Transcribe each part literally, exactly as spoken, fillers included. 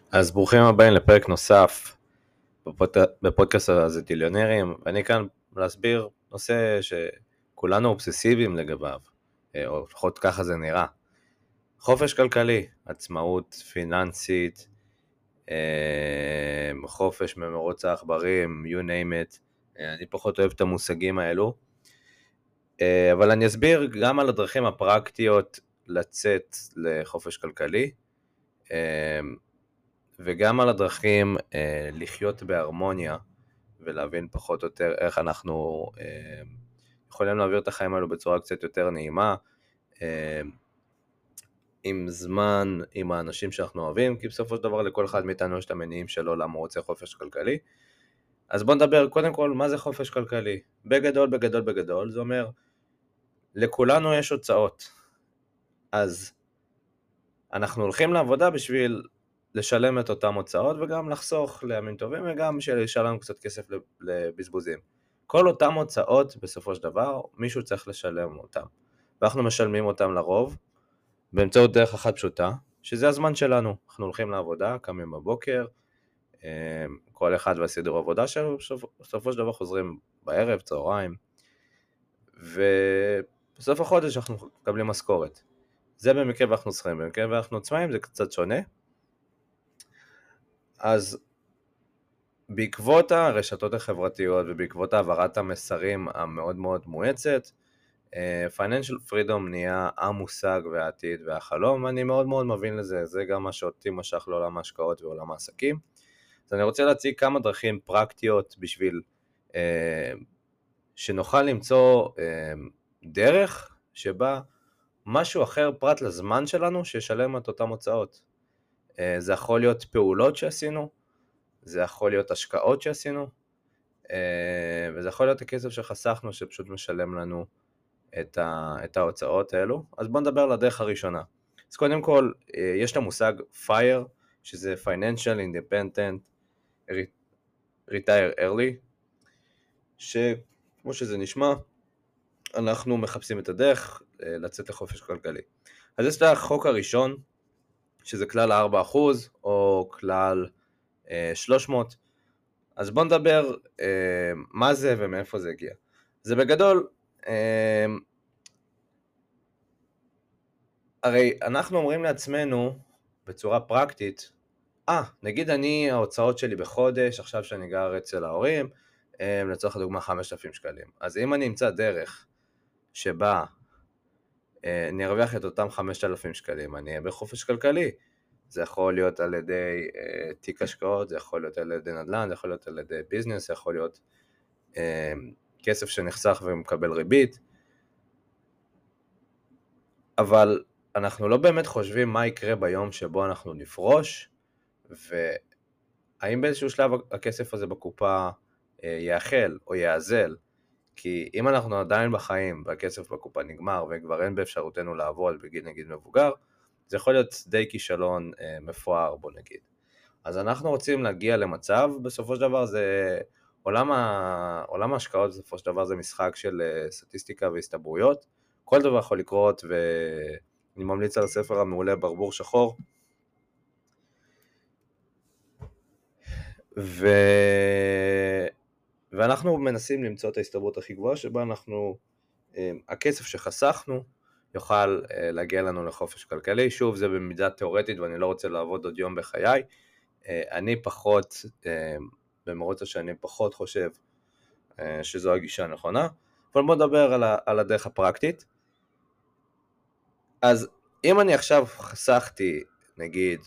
אז ברוכים הבאים לפרק נוסף בפוד... בפודקאסט הזטיליונרים, ואני כאן להסביר נושא שכולנו אובססיביים לגביו, או לפחות ככה זה נראה. חופש כלכלי, עצמאות פיננסית, חופש ממרוץ העכברים, you name it. אני פחות אוהב את המושגים האלו, אבל אני אסביר גם על הדרכים הפרקטיות לצאת לחופש כלכלי, וגם על הדרכים אה, לחיות בהרמוניה, ולהבין פחות או יותר איך אנחנו אה, יכולים להעביר את החיים האלו בצורה קצת יותר נעימה, אה, עם זמן, עם האנשים שאנחנו אוהבים, כי בסופו של דבר לכל אחד מאיתנו יש את המניעים שלו למה הוא רוצה חופש כלכלי. אז בוא נדבר קודם כל מה זה חופש כלכלי. בגדול, בגדול, בגדול, זה אומר, לכולנו יש הוצאות. אז אנחנו הולכים לעבודה בשביל לשלם את אותם הוצאות, וגם לחסוך לימים טובים, וגם לשלם קצת כסף לבזבוזים. כל אותם הוצאות, בסופו של דבר, מישהו צריך לשלם אותם. ואנחנו משלמים אותם לרוב, באמצעות דרך אחת פשוטה, שזה הזמן שלנו. אנחנו הולכים לעבודה, קמים בבוקר, כל אחד והסידור עבודה שלו, בסופו של דבר חוזרים בערב, צהריים, ובסוף החודש אנחנו מקבלים משכורת. זה במקרה ואנחנו צריכים, במקרה ואנחנו עצמאים זה קצת שונה. אז בעקבות הרשתות החברתיות ובעקבות העברת המסרים המאוד מאוד מואצת, Financial Freedom נהיה המושג והעתיד והחלום, ואני מאוד מאוד מבין לזה, זה גם מה שאותי משך לעולם ההשקעות ועולם העסקים. אז אני רוצה להציג כמה דרכים פרקטיות בשביל אה, שנוכל למצוא אה, דרך שבה משהו אחר פרט לזמן שלנו שישלם את אותם הוצאות. אה, זה יכול להיות פעולות שעשינו, זה יכול להיות השקעות שעשינו, וזה יכול להיות הכסף שחסכנו שפשוט משלם לנו את, ה, את ההוצאות האלו. אז בואו נדבר על הדרך הראשונה. אז קודם כל, יש את המושג FIRE, שזה Financial Independent Retire Early, שכמו שזה נשמע, אנחנו מחפשים את הדרך לצאת לחופש כלכלי. אז יש את החוק הראשון, שזה כלל ארבע אחוז, או כלל שלוש מאות, אז בוא נדבר אה, מה זה ומאיפה זה הגיע. זה בגדול, אה, הרי אנחנו אומרים לעצמנו בצורה פרקטית, אה, נגיד אני ההוצאות שלי בחודש, עכשיו שאני גר אצל ההורים, אה, לצורך הדוגמה חמשת אלפים שקלים. אז אם אני אמצא דרך שבה אה, נרוויח את אותם חמשת אלפים שקלים, אני אהיה בחופש כלכלי. זה יכול להיות על ידי אה, תיק השקעות, זה יכול להיות על ידי נדל"ן, זה יכול להיות על ידי ביזנס, זה יכול להיות אה, כסף שנחסך ומקבל ריבית, אבל אנחנו לא באמת חושבים מה יקרה ביום שבו אנחנו נפרוש, והאם באיזשהו שלב הכסף הזה בקופה אה, יאכל או יאזל, כי אם אנחנו עדיין בחיים והכסף בקופה נגמר וכבר אין באפשרותנו לעבוד בגיל נגיד מבוגר, זה יכול להיות די כישלון אה, מפואר, בוא נגיד. אז אנחנו רוצים להגיע למצב, בסופו של דבר זה, עולם, ה... עולם ההשקעות בסופו של דבר זה משחק של uh, סטטיסטיקה והסתברויות, כל דבר יכול לקרות, ואני ממליץ על הספר המעולה ברבור שחור, ו... ואנחנו מנסים למצוא את ההסתברות הכי גבוהה, שבה אנחנו, uh, הכסף שחסכנו, יוכל uh, להגיע לנו לחופש כלכלי. שוב, זה במידה תיאורטית, ואני לא רוצה לעבוד עוד יום בחיי, אני פחות, במרוץ השנים פחות חושב שזו הגישה הנכונה, אבל בוא נדבר על, על הדרך הפרקטית. אז אם אני עכשיו חסכתי, נגיד,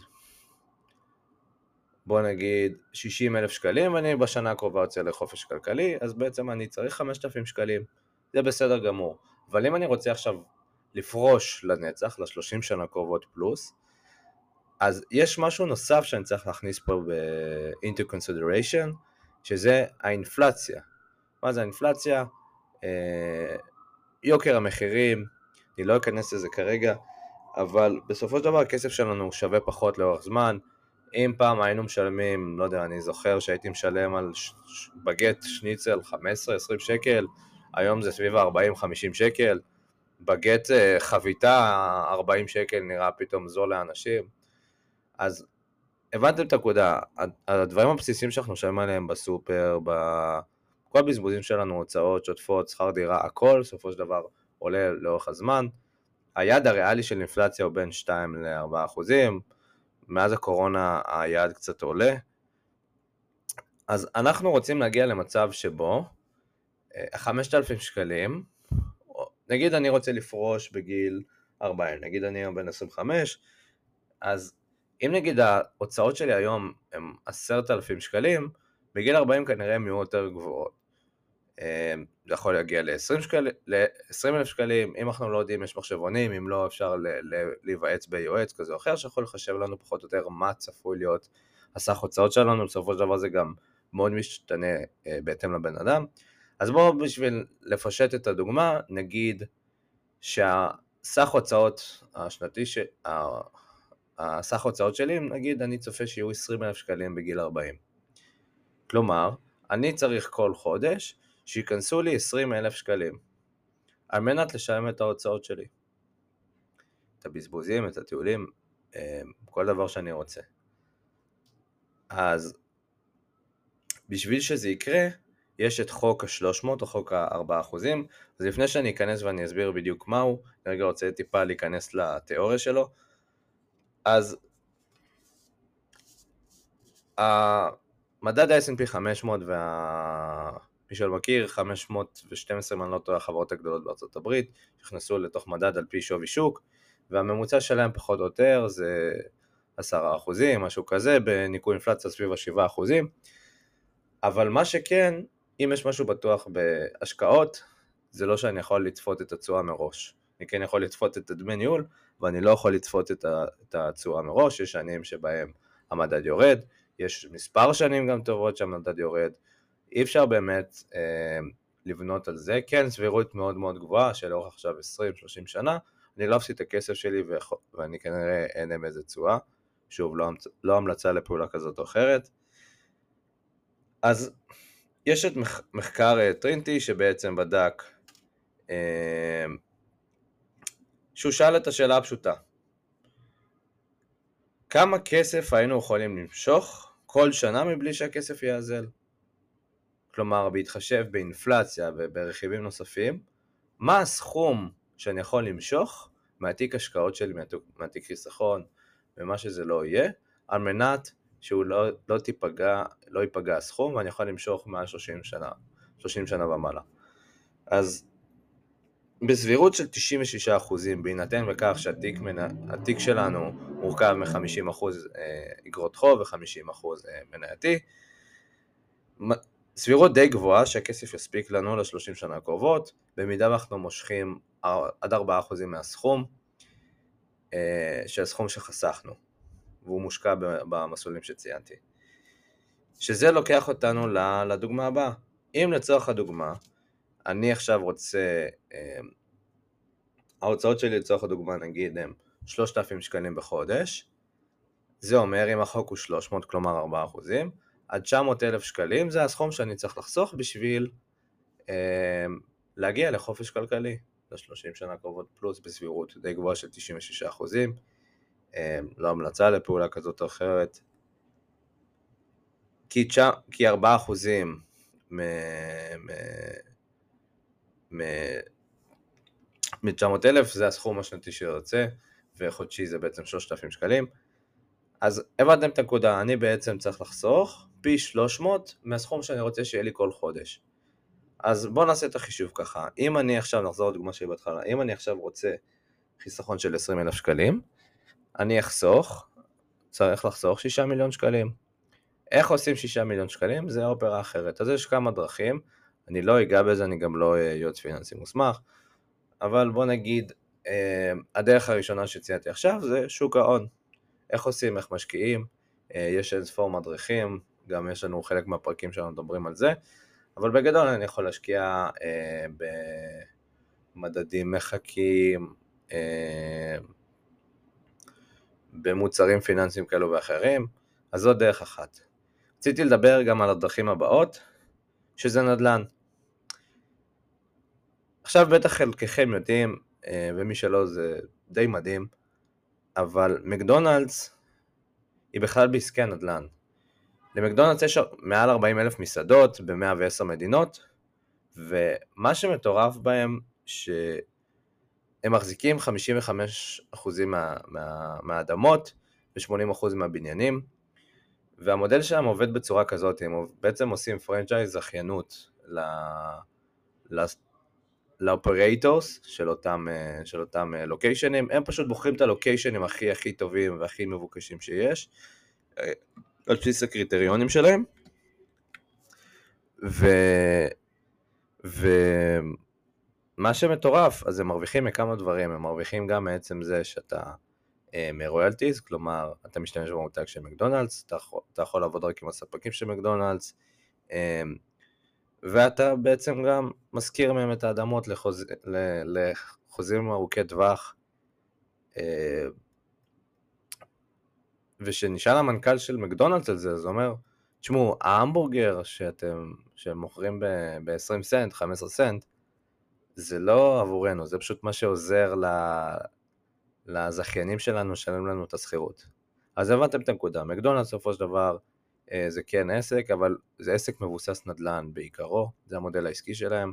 בוא נגיד שישים אלף שקלים, ואני בשנה הקרובה יוצא לחופש כלכלי, אז בעצם אני צריך חמשת אלפים שקלים, זה בסדר גמור. אבל אם אני רוצה עכשיו לפרוש לנצח, ל-שלושים שנה קרובות פלוס, אז יש משהו נוסף שאני צריך להכניס פה ב-into consideration, שזה האינפלציה. מה זה האינפלציה? אה, יוקר המחירים, אני לא אכנס לזה כרגע, אבל בסופו של דבר הכסף שלנו שווה פחות לאורך זמן. אם פעם היינו משלמים, לא יודע, אני זוכר שהייתי משלם על ש- ש- בגט שניצל חמש עשרה עשרים שקל, היום זה סביב ארבעים חמישים שקל, בגט חביתה ארבעים שקל נראה פתאום זול לאנשים. אז הבנתם את הנקודה, הדברים הבסיסיים שאנחנו שומעים עליהם בסופר, בכל הבזבוזים שלנו, הוצאות, שוטפות, שכר דירה, הכל, בסופו של דבר עולה לאורך הזמן. היעד הריאלי של אינפלציה הוא בין שתיים עד ארבעה אחוזים, מאז הקורונה היעד קצת עולה, אז אנחנו רוצים להגיע למצב שבו חמשת אלפים שקלים, נגיד אני רוצה לפרוש בגיל ארבעים, נגיד אני היום בן עשרים וחמש, אז אם נגיד ההוצאות שלי היום הם עשרת אלפים שקלים, בגיל ארבעים כנראה הם יהיו יותר גבוהות. זה יכול להגיע ל-עשרים אלף שקלים, אם אנחנו לא יודעים, יש מחשבונים, אם לא אפשר להיוועץ ביועץ כזה או אחר, שיכול לחשב לנו פחות או יותר מה צפוי להיות הסך הוצאות שלנו, בסופו של דבר זה גם מאוד משתנה בהתאם לבן אדם. אז בואו בשביל לפשט את הדוגמה, נגיד שהסך הוצאות השנתי, ש... הסך הוצאות שלי, נגיד אני צופה שיהיו עשרים אלף שקלים בגיל ארבעים. כלומר, אני צריך כל חודש שיכנסו לי עשרים אלף שקלים, על מנת לשלם את ההוצאות שלי. את הבזבוזים, את הטיולים, כל דבר שאני רוצה. אז בשביל שזה יקרה, יש את חוק ה-שלוש מאות או חוק ה-ארבעה אחוזים, אז לפני שאני אכנס ואני אסביר בדיוק מהו, אני רגע רוצה טיפה להיכנס לתיאוריה שלו. אז המדד ה-אס אנד פי חמש מאות, ומי שלא מכיר, חמש מאות ושתים עשרה אם אני לא טועה, החברות הגדולות בארצות הברית, נכנסו לתוך מדד על פי שווי שוק, והממוצע שלהם פחות או יותר זה עשרה אחוזים, משהו כזה, בניקוי אינפלציה סביב ה-שבעה אחוזים. אבל מה שכן, אם יש משהו בטוח בהשקעות, זה לא שאני יכול לצפות את התשואה מראש. אני כן יכול לצפות את הדמי ניהול, ואני לא יכול לצפות את התשואה מראש. יש שנים שבהם המדד יורד, יש מספר שנים גם טובות שהמדד יורד. אי אפשר באמת אה, לבנות על זה. כן, סבירות מאוד מאוד גבוהה, שלאורך עכשיו עשרים שלושים שנה, אני לא אפסיד את הכסף שלי, ואני כנראה אהנה מאיזה תשואה. שוב, לא, לא המלצה לפעולה כזאת או אחרת. אז יש את מחקר טרינטי שבעצם בדק, שהוא שאל את השאלה הפשוטה, כמה כסף היינו יכולים למשוך כל שנה מבלי שהכסף יאזל? כלומר, בהתחשב באינפלציה וברכיבים נוספים, מה הסכום שאני יכול למשוך מהתיק השקעות שלי, מהתיק חיסכון, ומה שזה לא יהיה, על מנת שהוא לא, לא תיפגע, לא ייפגע הסכום, ואני יכול למשוך מעל שלושים שנה, שלושים שנה ומעלה. אז בסבירות של תשעים ושישה אחוזים, בהינתן בכך שהתיק התיק שלנו מורכב מ-חמישים אחוז אגרות חוב ו-חמישים אחוז מנייתי, סבירות די גבוהה שהכסף יספיק לנו ל-שלושים שנה הקרובות, במידה אנחנו מושכים עד ארבעה אחוזים מהסכום, שהסכום שחסכנו, והוא מושקע במסלולים שציינתי. שזה לוקח אותנו לדוגמה הבאה. אם לצורך הדוגמה, אני עכשיו רוצה, ההוצאות שלי לצורך הדוגמה נגיד הם שלושת אלפים שקלים בחודש, זה אומר אם החוק הוא שלוש מאות, כלומר ארבעה אחוזים, עד תשע מאות אלף שקלים זה הסכום שאני צריך לחסוך בשביל אה, להגיע לחופש כלכלי, ל-שלושים שנה קרובות פלוס בסבירות די גבוהה של תשעים ושישה אחוזים, אה, לא המלצה לפעולה כזאת או אחרת, כי, כי ארבעה אחוזים מ-תשע מאות אלף זה הסכום השנתי שיוצא, וחודשי זה בעצם שלושת אלפים שקלים. אז הבנתם את הנקודה, אני בעצם צריך לחסוך פי שלוש מאות מהסכום שאני רוצה שיהיה לי כל חודש. אז בואו נעשה את החישוב ככה, אם אני עכשיו, נחזור לדוגמה שלי בהתחלה, אם אני עכשיו רוצה חיסכון של עשרים אלף שקלים, אני אחסוך, צריך לחסוך שישה מיליון שקלים. איך עושים שישה מיליון שקלים? זה אופרה אחרת. אז יש כמה דרכים, אני לא אגע בזה, אני גם לא יועץ פיננסי מוסמך, אבל בוא נגיד, הדרך הראשונה שציינתי עכשיו זה שוק ההון. איך עושים, איך משקיעים, יש אין ספור מדריכים, גם יש לנו חלק מהפרקים שלנו מדברים על זה, אבל בגדול אני יכול להשקיע במדדים מחכים, במוצרים פיננסיים כאלו ואחרים, אז זאת דרך אחת. רציתי לדבר גם על הדרכים הבאות, שזה נדל"ן. עכשיו בטח חלקכם יודעים, ומי שלא זה די מדהים, אבל מקדונלדס היא בכלל בעסקי הנדל"ן. למקדונלדס יש מעל ארבעים אלף מסעדות ב-מאה ועשר מדינות, ומה שמטורף בהם שהם מחזיקים חמישים וחמישה אחוז מה, מה, מהאדמות ו-שמונים אחוז מהבניינים, והמודל שלהם עובד בצורה כזאת, הם בעצם עושים פרנצ'ייז זכיינות לאופרייטורס של אותם, של אותם לוקיישנים, הם פשוט בוחרים את הלוקיישנים הכי הכי טובים והכי מבוקשים שיש, על בסיס הקריטריונים שלהם, ו... ומה שמטורף, אז הם מרוויחים מכמה דברים, הם מרוויחים גם מעצם זה שאתה מרויאלטיז, כלומר, אתה משתמש במותג של מקדונלדס, אתה יכול, אתה יכול לעבוד רק עם הספקים של מקדונלדס, ואתה בעצם גם מזכיר מהם את האדמות לחוז... לחוזים ארוכי טווח, ושנשאל המנכ"ל של מקדונלדס על זה, זה אומר, תשמעו, ההמבורגר שאתם, שמוכרים ב-עשרים סנט, חמישה עשר סנט, זה לא עבורנו, זה פשוט מה שעוזר לזכיינים שלנו, שלם לנו את הסחירות. אז הבנתם את הנקודה, מקדונלדס בסופו של דבר, זה כן עסק, אבל זה עסק מבוסס נדל"ן בעיקרו, זה המודל העסקי שלהם,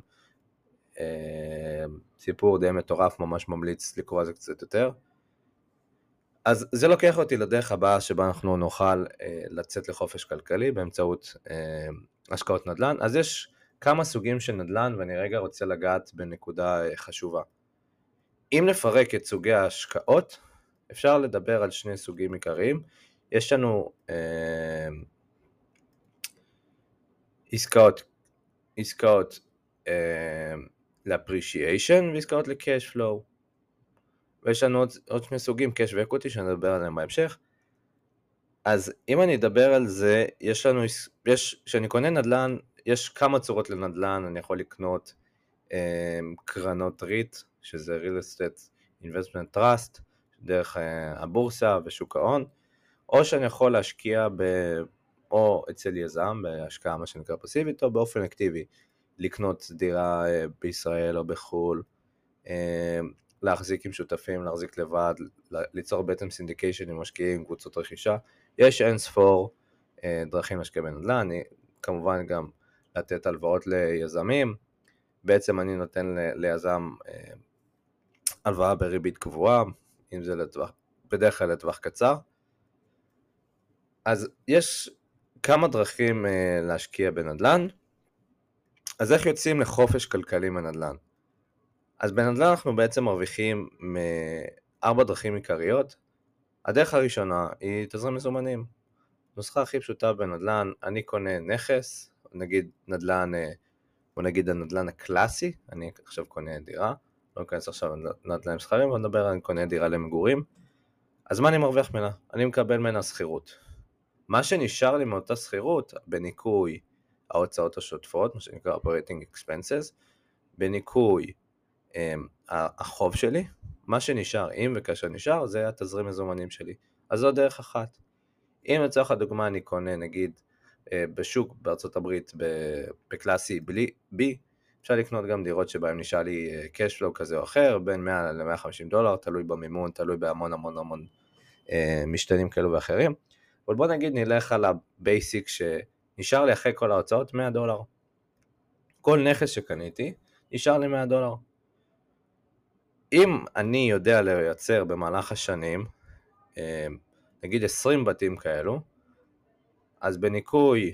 סיפור די מטורף, ממש ממליץ לקרוא על זה קצת יותר. אז זה לוקח אותי לדרך הבאה שבה אנחנו נוכל אה, לצאת לחופש כלכלי באמצעות אה, השקעות נדל"ן. אז יש כמה סוגים של נדל"ן, ואני רגע רוצה לגעת בנקודה אה, חשובה. אם נפרק את סוגי ההשקעות, אפשר לדבר על שני סוגים עיקריים. יש לנו אה, עסקאות, עסקאות אה, ל-appreciation ועסקאות ל-cash flow. ויש לנו עוד, עוד שני סוגים, קש ואקוטי, שנדבר עליהם בהמשך. אז אם אני אדבר על זה, יש לנו, יש, כשאני קונה נדל"ן, יש כמה צורות לנדל"ן, אני יכול לקנות אה, קרנות ריט, שזה real estate investment trust, דרך אה, הבורסה ושוק ההון, או שאני יכול להשקיע ב, או אצל יזם, בהשקעה מה שנקרא פסיבית, או באופן אקטיבי, לקנות דירה אה, בישראל או בחול, אה, להחזיק עם שותפים, להחזיק לבד, ליצור בעצם סינדיקיישן עם משקיעים, קבוצות רכישה. יש אין ספור אה, דרכים להשקיע בנדל"ן, כמובן גם לתת הלוואות ליזמים, בעצם אני נותן ל, ליזם אה, הלוואה בריבית קבועה, אם זה לטווח, בדרך כלל לטווח קצר. אז יש כמה דרכים אה, להשקיע בנדל"ן, אז איך יוצאים לחופש כלכלי מנדל"ן? אז בנדל"ן אנחנו בעצם מרוויחים מארבע דרכים עיקריות. הדרך הראשונה היא תזרים מזומנים. נוסחה הכי פשוטה בנדל"ן, אני קונה נכס, נגיד נדל"ן, או נגיד הנדל"ן הקלאסי, אני עכשיו קונה דירה, לא אכנס עכשיו נדל"ן מסחריים, אבל נדבר אני קונה דירה למגורים. אז מה אני מרוויח ממנה? אני מקבל ממנה שכירות. מה שנשאר לי מאותה שכירות, בניקוי ההוצאות השוטפות, מה שנקרא operating expenses, בניקוי החוב שלי, מה שנשאר, אם וכאשר נשאר, זה התזרים מזומנים שלי. אז זו דרך אחת. אם לצורך הדוגמה אני קונה, נגיד, בשוק בארצות הברית, בקלאסי B, אפשר לקנות גם דירות שבהם נשאר לי cash flow כזה או אחר, בין מאה ל-מאה וחמישים דולר, תלוי במימון, תלוי בהמון המון המון משתנים כאלו ואחרים. אבל בוא נגיד נלך על הבייסיק שנשאר לי אחרי כל ההוצאות מאה דולר. כל נכס שקניתי, נשאר לי מאה דולר. אם אני יודע לייצר במהלך השנים, נגיד עשרים בתים כאלו, אז בניקוי,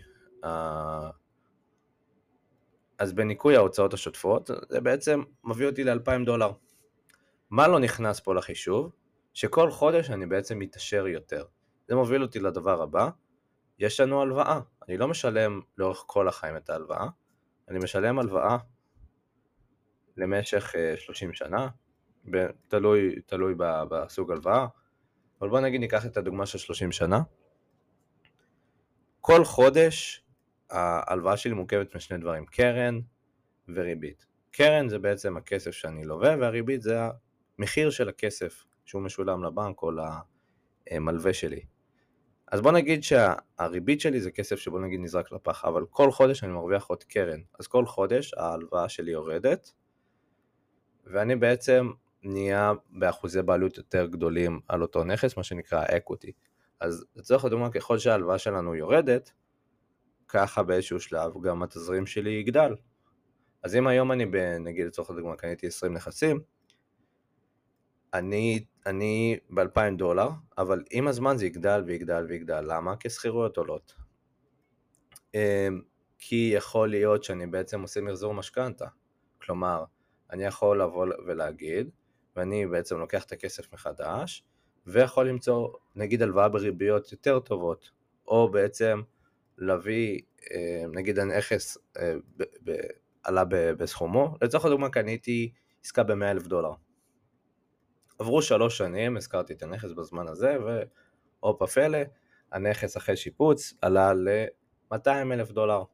אז בניקוי ההוצאות השוטפות, זה בעצם מביא אותי ל-אלפיים דולר. מה לא נכנס פה לחישוב? שכל חודש אני בעצם מתעשר יותר. זה מוביל אותי לדבר הבא, יש לנו הלוואה. אני לא משלם לאורך כל החיים את ההלוואה, אני משלם הלוואה למשך שלושים שנה, תלוי, תלוי בסוג הלוואה, אבל בוא נגיד ניקח את הדוגמה של שלושים שנה. כל חודש ההלוואה שלי מורכבת משני דברים, קרן וריבית. קרן זה בעצם הכסף שאני לווה, והריבית זה המחיר של הכסף שהוא משולם לבנק או למלווה שלי. אז בוא נגיד שהריבית שלי זה כסף שבוא נגיד נזרק לפח, אבל כל חודש אני מרוויח עוד קרן. אז כל חודש ההלוואה שלי יורדת, ואני בעצם נהיה באחוזי בעלות יותר גדולים על אותו נכס, מה שנקרא equity. אז לצורך הדוגמה, ככל שההלוואה שלנו יורדת, ככה באיזשהו שלב גם התזרים שלי יגדל. אז אם היום אני, נגיד לצורך הדוגמה, קניתי עשרים נכסים, אני, אני ב-אלפיים דולר, אבל עם הזמן זה יגדל ויגדל ויגדל. למה? כי שכירויות עולות. כי יכול להיות שאני בעצם עושה מחזור משכנתה. כלומר, אני יכול לבוא ולהגיד, ואני בעצם לוקח את הכסף מחדש, ויכול למצוא, נגיד, הלוואה בריביות יותר טובות, או בעצם להביא, נגיד, הנכס ב- ב- עלה ב- בסכומו. לצורך הדוגמה, קניתי עסקה ב-מאה אלף דולר. עברו שלוש שנים, הזכרתי את הנכס בזמן הזה, והופ הפלא, הנכס אחרי שיפוץ עלה ל-מאתיים אלף דולר.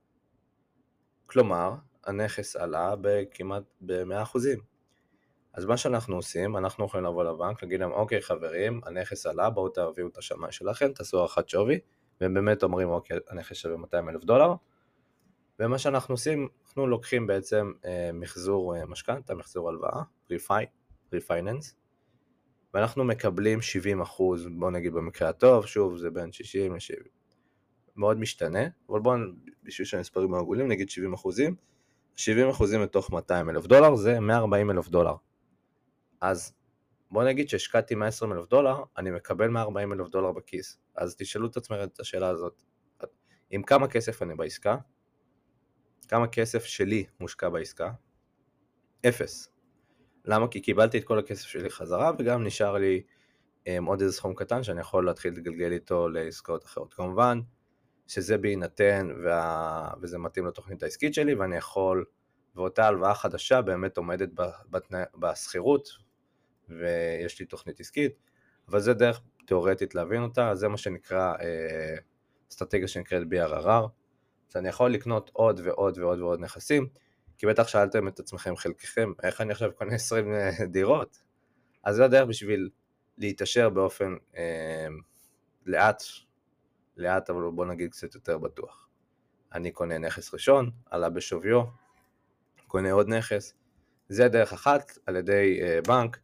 כלומר, הנכס עלה בכמעט ב-מאה אחוזים. אז מה שאנחנו עושים, אנחנו יכולים לבוא לבנק, להגיד להם, אוקיי חברים, הנכס עלה, בואו תביאו את השמאי שלכם, תעשו הערכת שווי, והם באמת אומרים, אוקיי, הנכס שווה מאתיים אלף דולר, ומה שאנחנו עושים, אנחנו לוקחים בעצם אה, מחזור אה, משכנתה, מחזור הלוואה, ריפייננס, ואנחנו מקבלים שבעים אחוז, בואו נגיד במקרה הטוב, שוב זה בין שישים ל-שבעים, מאוד משתנה, אבל בואו, בשביל שהמספרים מעגולים, נגיד שבעים אחוזים, שבעים אחוזים מתוך מאתיים אלף דולר זה מאה וארבעים אלף דולר. אז בוא נגיד שהשקעתי מאה ועשרים אלף דולר, אני מקבל מאה וארבעים אלף דולר בכיס. אז תשאלו את עצמכם את השאלה הזאת. עם כמה כסף אני בעסקה? כמה כסף שלי מושקע בעסקה? אפס. למה? כי קיבלתי את כל הכסף שלי חזרה, וגם נשאר לי um, עוד איזה סכום קטן שאני יכול להתחיל לגלגל איתו לעסקאות אחרות. כמובן שזה בהינתן וה... וזה מתאים לתוכנית העסקית שלי, ואני יכול, ואותה הלוואה חדשה באמת עומדת בתנא... בסחירות, ויש לי תוכנית עסקית, אבל זה דרך תיאורטית להבין אותה, זה מה שנקרא אה, אסטרטגיה שנקראת בי אר אר אר, אז אני יכול לקנות עוד ועוד ועוד ועוד נכסים, כי בטח שאלתם את עצמכם חלקכם, איך אני עכשיו קונה עשרים דירות? אז זה הדרך בשביל להתעשר באופן אה, לאט, לאט, אבל בוא נגיד קצת יותר בטוח. אני קונה נכס ראשון, עלה בשוויו, קונה עוד נכס, זה דרך אחת על ידי אה, בנק,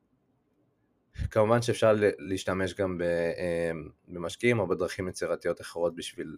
כמובן שאפשר להשתמש גם במשקיעים או בדרכים יצירתיות אחרות בשביל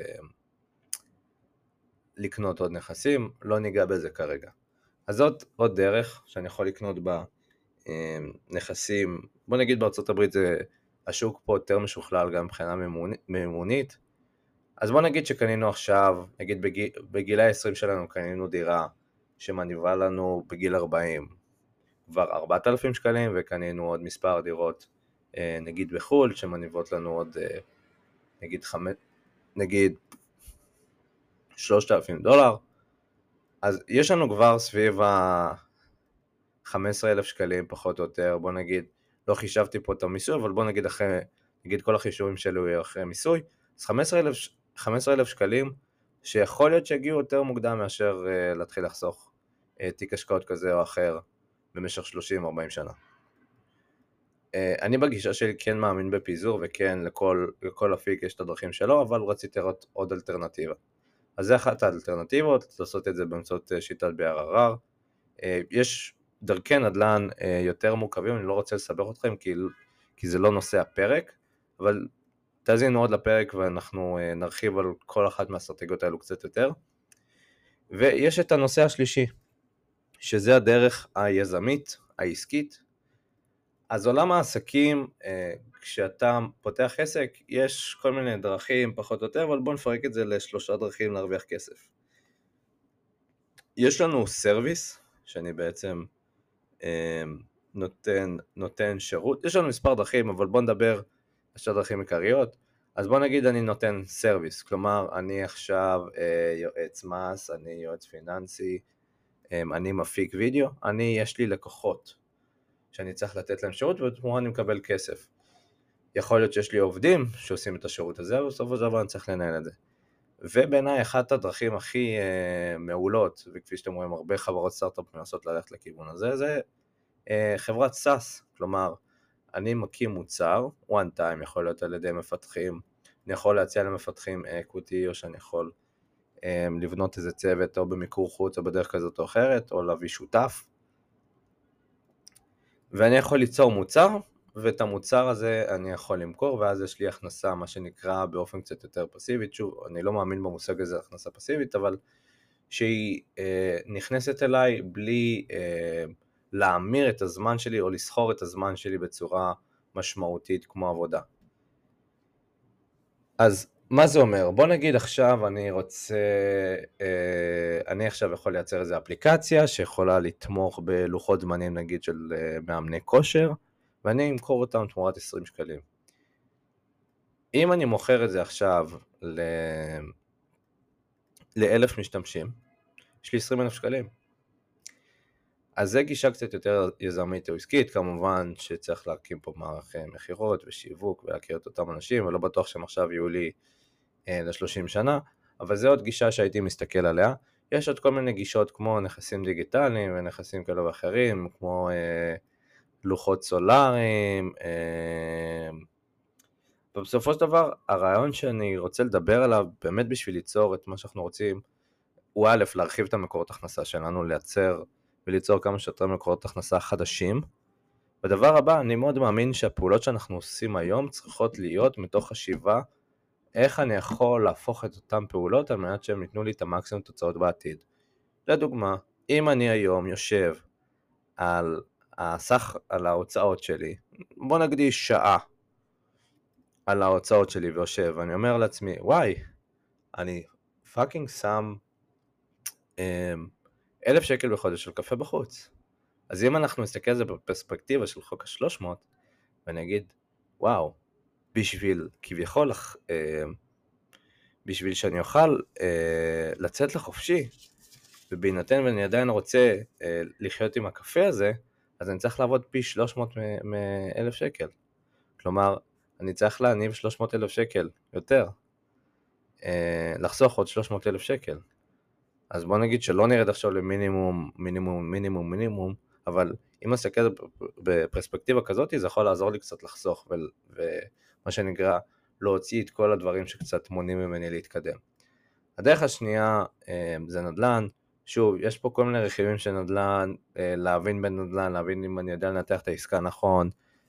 לקנות עוד נכסים, לא ניגע בזה כרגע. אז זאת עוד דרך שאני יכול לקנות בה נכסים, בוא נגיד בארצות הברית זה, השוק פה יותר משוכלל גם מבחינה מימונית, אז בוא נגיד שקנינו עכשיו, נגיד בגיל, בגיל ה-עשרים שלנו קנינו דירה שמניבה לנו בגיל ארבעים, כבר ארבעת אלפים שקלים, וקנינו עוד מספר דירות, נגיד בחול, שמניבות לנו עוד, נגיד, חמש, נגיד שלושת אלפים דולר, אז יש לנו כבר סביב ה-חמישה עשר אלף שקלים, פחות או יותר, בוא נגיד, לא חישבתי פה את המיסוי, אבל בוא נגיד אחרי, נגיד כל החישובים שלו יהיו אחרי מיסוי, אז חמישה עשר אלף שקלים, שיכול להיות שהגיעו יותר מוקדם מאשר uh, להתחיל לחסוך uh, תיק השקעות כזה או אחר, במשך שלושים ארבעים שנה. אני בגישה שלי כן מאמין בפיזור, וכן לכל, לכל אפיק יש את הדרכים שלו, אבל רציתי לראות עוד אלטרנטיבה. אז זה אחת האלטרנטיבות, לעשות את זה באמצעות שיטת בי אר אר אר. יש דרכי נדל"ן יותר מורכבים, אני לא רוצה לסבך אתכם, כי, כי זה לא נושא הפרק, אבל תאזינו עוד לפרק, ואנחנו נרחיב על כל אחת מהאסטרטגיות האלו קצת יותר. ויש את הנושא השלישי, שזה הדרך היזמית, העסקית. אז עולם העסקים, כשאתה פותח עסק, יש כל מיני דרכים פחות או יותר, אבל בואו נפרק את זה לשלושה דרכים להרוויח כסף. יש לנו סרוויס, שאני בעצם נותן, נותן שירות, יש לנו מספר דרכים, אבל בואו נדבר על שתי דרכים עיקריות. אז בואו נגיד אני נותן סרוויס, כלומר אני עכשיו יועץ מס, אני יועץ פיננסי, אני מפיק וידאו, אני יש לי לקוחות שאני צריך לתת להם שירות, ובתמורה אני מקבל כסף. יכול להיות שיש לי עובדים שעושים את השירות הזה, ובסופו של דבר אני צריך לנהל את זה. ובעיניי אחת הדרכים הכי אה, מעולות, וכפי שאתם רואים הרבה חברות סטארט-אפ מנסות ללכת לכיוון הזה, זה אה, חברת סאס, כלומר, אני מקים מוצר, one time, יכול להיות על ידי מפתחים, אני יכול להציע למפתחים אקוויטי, או שאני יכול אה, לבנות איזה צוות, או במיקור חוץ, או בדרך כזאת או אחרת, או להביא שותף, ואני יכול ליצור מוצר, ואת המוצר הזה אני יכול למכור, ואז יש לי הכנסה, מה שנקרא, באופן קצת יותר פסיבית. שוב, אני לא מאמין במושג הזה הכנסה פסיבית, אבל שהיא אה, נכנסת אליי בלי אה, להמיר את הזמן שלי, או לסחור את הזמן שלי בצורה משמעותית כמו עבודה. אז מה זה אומר? בוא נגיד עכשיו אני רוצה, אה, אני עכשיו יכול לייצר איזו אפליקציה שיכולה לתמוך בלוחות זמנים נגיד של אה, מאמני כושר, ואני אמכור אותם תמורת עשרים שקלים. אם אני מוכר את זה עכשיו ל... לאלף משתמשים, יש לי עשרים אלף שקלים. אז זה גישה קצת יותר יזמית או עסקית, כמובן שצריך להקים פה מערך מחירות ושיווק ולהכיר את אותם אנשים, ולא בטוח שהם עכשיו יהיו לי ל-שלושים שנה, אבל זה עוד גישה שהייתי מסתכל עליה. יש עוד כל מיני גישות כמו נכסים דיגיטליים ונכסים כאלה ואחרים, כמו אה, לוחות סולאריים, אה, ובסופו של דבר הרעיון שאני רוצה לדבר עליו באמת בשביל ליצור את מה שאנחנו רוצים, הוא א', להרחיב את המקורות הכנסה שלנו, לייצר וליצור כמה שיותר מקורות הכנסה חדשים. בדבר הבא, אני מאוד מאמין שהפעולות שאנחנו עושים היום צריכות להיות מתוך חשיבה איך אני יכול להפוך את אותן פעולות על מנת שהם ייתנו לי את המקסימום תוצאות בעתיד. לדוגמה, אם אני היום יושב על הסך, על ההוצאות שלי, בוא נקדיש שעה על ההוצאות שלי ויושב, ואני אומר לעצמי, וואי, אני פאקינג שם אלף שקל בחודש של קפה בחוץ. אז אם אנחנו נסתכל על זה בפרספקטיבה של חוק ה-שלוש מאות, ואני אגיד, וואו, בשביל כביכול, אה, בשביל שאני אוכל אה, לצאת לחופשי, ובהינתן ואני עדיין רוצה אה, לחיות עם הקפה הזה, אז אני צריך לעבוד פי שלוש מאות מאלף שקל. כלומר, אני צריך להניב שלוש מאות אלף שקל יותר, אה, לחסוך עוד שלוש מאות אלף שקל. אז בוא נגיד שלא נרד עכשיו למינימום, מינימום, מינימום, מינימום, אבל אם נסתכל בפרספקטיבה כזאת, זה יכול לעזור לי קצת לחסוך, ומה שנקרא, להוציא את כל הדברים שקצת מונים ממני להתקדם. הדרך השנייה זה נדל"ן. שוב, יש פה כל מיני רכיבים של נדל"ן, להבין בין נדל"ן, להבין אם אני יודע לנתח את העסקה נכון,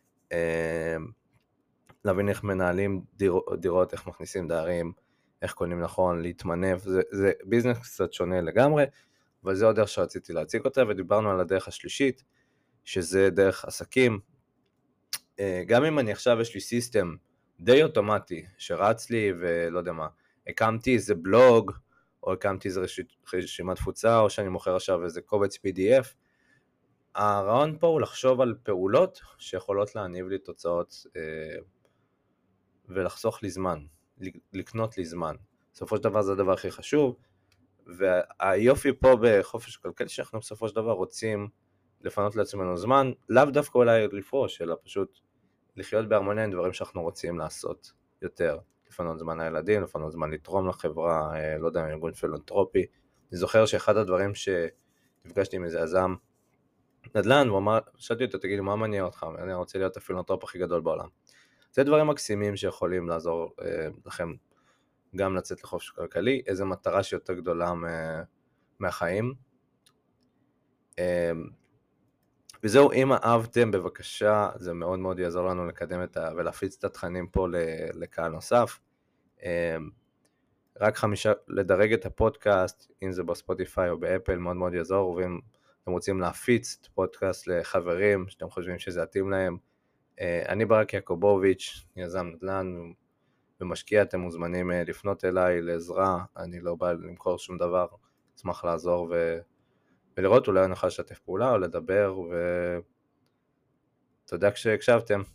להבין איך מנהלים דירות, דירות איך מכניסים דיירים, איך קונים נכון, להתמנף, זה, זה ביזנס קצת שונה לגמרי, אבל זה עוד דרך שרציתי להציג אותה, ודיברנו על הדרך השלישית, שזה דרך עסקים. גם אם אני עכשיו יש לי סיסטם די אוטומטי, שרץ לי ולא יודע מה, הקמתי איזה בלוג, או הקמתי איזה רשימת תפוצה, או שאני מוכר עכשיו איזה קובץ פי די אף, הרעיון פה הוא לחשוב על פעולות שיכולות להניב לי תוצאות ולחסוך לי זמן, לקנות לי זמן. בסופו של דבר זה הדבר הכי חשוב, והיופי פה בחופש כלכלי שאנחנו בסופו של דבר רוצים לפנות לעצמנו זמן, לאו דווקא אולי לפרוש, אלא פשוט לחיות בהרמוניה עם דברים שאנחנו רוצים לעשות יותר. לפנות זמן לילדים, לפנות זמן לתרום לחברה, לא יודע, ארגון פילנתרופי. אני זוכר שאחד הדברים שנפגשתי עם איזה יזם נדל"ן, והוא אמר, שאלתי אותו, תגיד לי, מה מעניין אותך? אני רוצה להיות הפילנתרופ הכי גדול בעולם. זה דברים מקסימים שיכולים לעזור אה, לכם גם לצאת לחופש כלכלי, איזו מטרה שיותר גדולה מהחיים. אה, וזהו, אם אהבתם, בבקשה, זה מאוד מאוד יעזור לנו לקדם את ה... ולהפיץ את התכנים פה לקהל נוסף. אה, רק חמישה, לדרג את הפודקאסט, אם זה בספוטיפיי או באפל, מאוד מאוד יעזור, ואם אתם רוצים להפיץ את הפודקאסט לחברים שאתם חושבים שזה יתאים להם, אני ברק יעקובוביץ', יזם נדל"ן ומשקיע, אתם מוזמנים לפנות אליי לעזרה, אני לא בא למכור שום דבר, אשמח לעזור ו... ולראות אולי אני יכול לשתף פעולה או לדבר, ותודה כשהקשבתם.